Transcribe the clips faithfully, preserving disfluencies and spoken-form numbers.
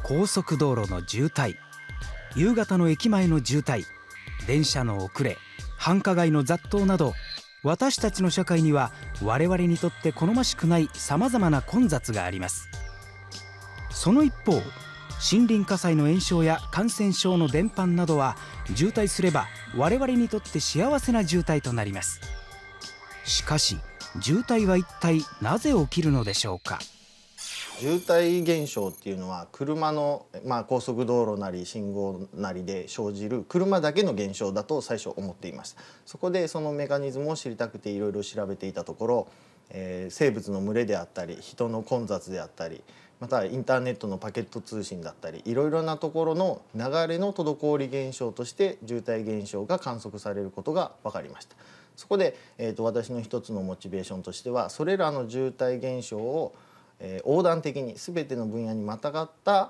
高速道路の渋滞、夕方の駅前の渋滞、電車の遅れ、繁華街の雑踏など、私たちの社会には我々にとって好ましくないさまざまな混雑があります。その一方、森林火災の延焼や感染症の伝播などは渋滞すれば我々にとって幸せな渋滞となります。しかし渋滞は一体なぜ起きるのでしょうか。 渋滞現象っていうのは車の、まあ、高速道路なり信号なりで生じる車だけの現象だと最初思っていました。そこでそのメカニズムを知りたくていろいろ調べていたところ、えー、生物の群れであったり人の混雑であったり、またインターネットのパケット通信だったり、いろいろなところの流れの滞り現象として渋滞現象が観測されることが分かりました。そこで、えーと、私の一つのモチベーションとしては、それらの渋滞現象をえー、横断的に全ての分野にまたがった、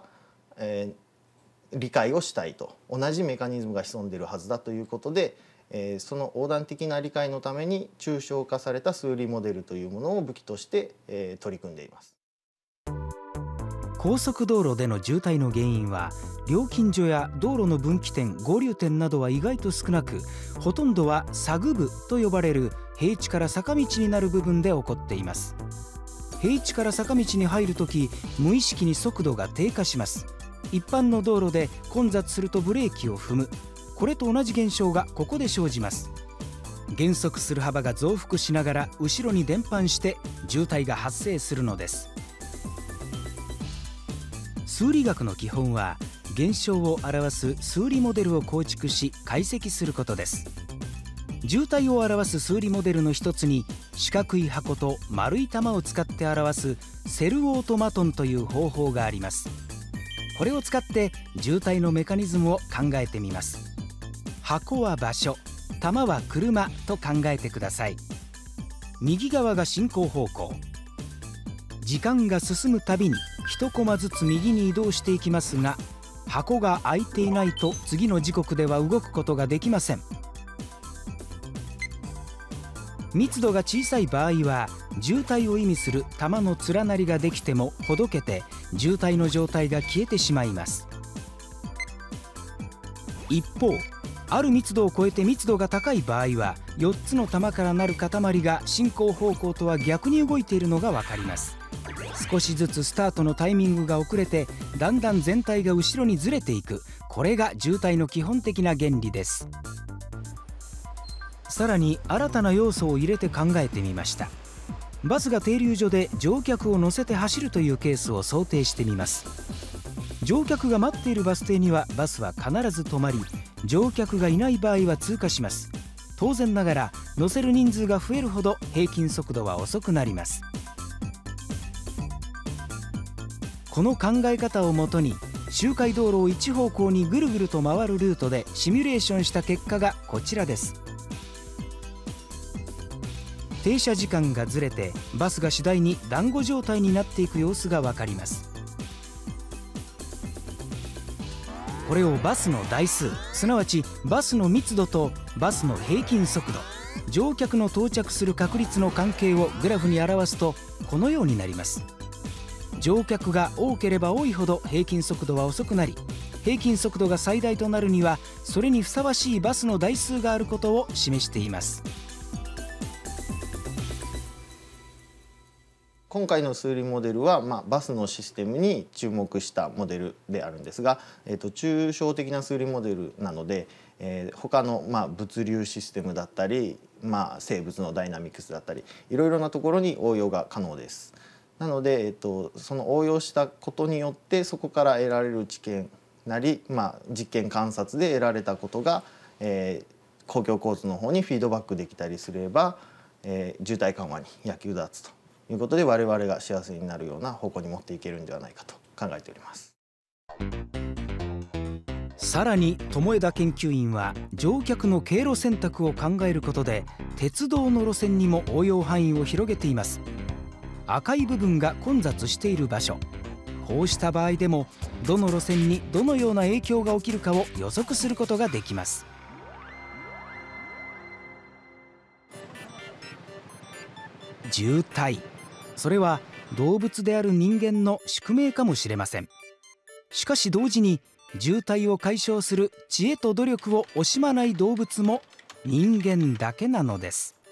えー、理解をしたいと。同じメカニズムが潜んでいるはずだということで、えー、その横断的な理解のために抽象化された数理モデルというものを武器として、えー、取り組んでいます。 高速道路での渋滞の原因は、料金所や道路の分岐点、合流点などは意外と少なく、ほとんどはサグ部と呼ばれる平地から坂道になる部分で起こっています。平地から坂道に入るとき、無意識に速度が低下します。一般の道路で混雑するとブレーキを踏む。これと同じ現象がここで生じます。減速する幅が増幅しながら後ろに伝播して渋滞が発生するのです。数理学の基本は、現象を表す数理モデルを構築し解析することです。渋滞を表す数理モデルの一つに、四角い箱と丸い玉を使って表すセルオートマトンという方法があります。これを使って渋滞のメカニズムを考えてみます。箱は場所、玉は車と考えてください。右側が進行方向。時間が進むたびに一コマずつ右に移動していきますが、箱が開いていないと次の時刻では動くことができません。密度が小さい場合は、渋滞を意味する玉の連なりができてもほどけて渋滞の状態が消えてしまいます。一方、ある密度を超えて密度が高い場合は、よっつの玉からなる塊が進行方向とは逆に動いているのが分かります。少しずつスタートのタイミングが遅れて、だんだん全体が後ろにずれていく。これが渋滞の基本的な原理です。さらに新たな要素を入れて考えてみました。バスが停留所で乗客を乗せて走るというケースを想定してみます。乗客が待っているバス停にはバスは必ず止まり、乗客がいない場合は通過します。当然ながら乗せる人数が増えるほど平均速度は遅くなります。この考え方をもとに、周回道路を一方向にぐるぐると回るルートでシミュレーションした結果がこちらです。停車時間がずれてバスが次第に団子状態になっていく様子が分かります。これをバスの台数、すなわちバスの密度とバスの平均速度、乗客の到着する確率の関係をグラフに表すとこのようになります。乗客が多ければ多いほど平均速度は遅くなり、平均速度が最大となるにはそれにふさわしいバスの台数があることを示しています。 今回の数理モデルは、まあ、バスのシステムに注目したモデルであるんですが、えーと、抽象的な数理モデルなので、えー、他の、まあ、物流システムだったり、まあ、生物のダイナミクスだったり、いろいろなところに応用が可能です。なので、えーと、その応用したことによってそこから得られる知見なり、まあ、実験観察で得られたことが、えー、公共交通の方にフィードバックできたりすれば、えー、渋滞緩和に役立つということで、我々が幸せになるような方向に持っていけるんではないかと考えております。 さらに友枝研究員は、乗客の経路選択を考えることで鉄道の路線にも応用範囲を広げています。赤い部分が混雑している場所、こうした場合でもどの路線にどのような影響が起きるかを予測することができます。渋滞、それは動物である人間の宿命かもしれません。 しかし同時に渋滞を解消する知恵と努力を惜しまない動物も人間だけなのです。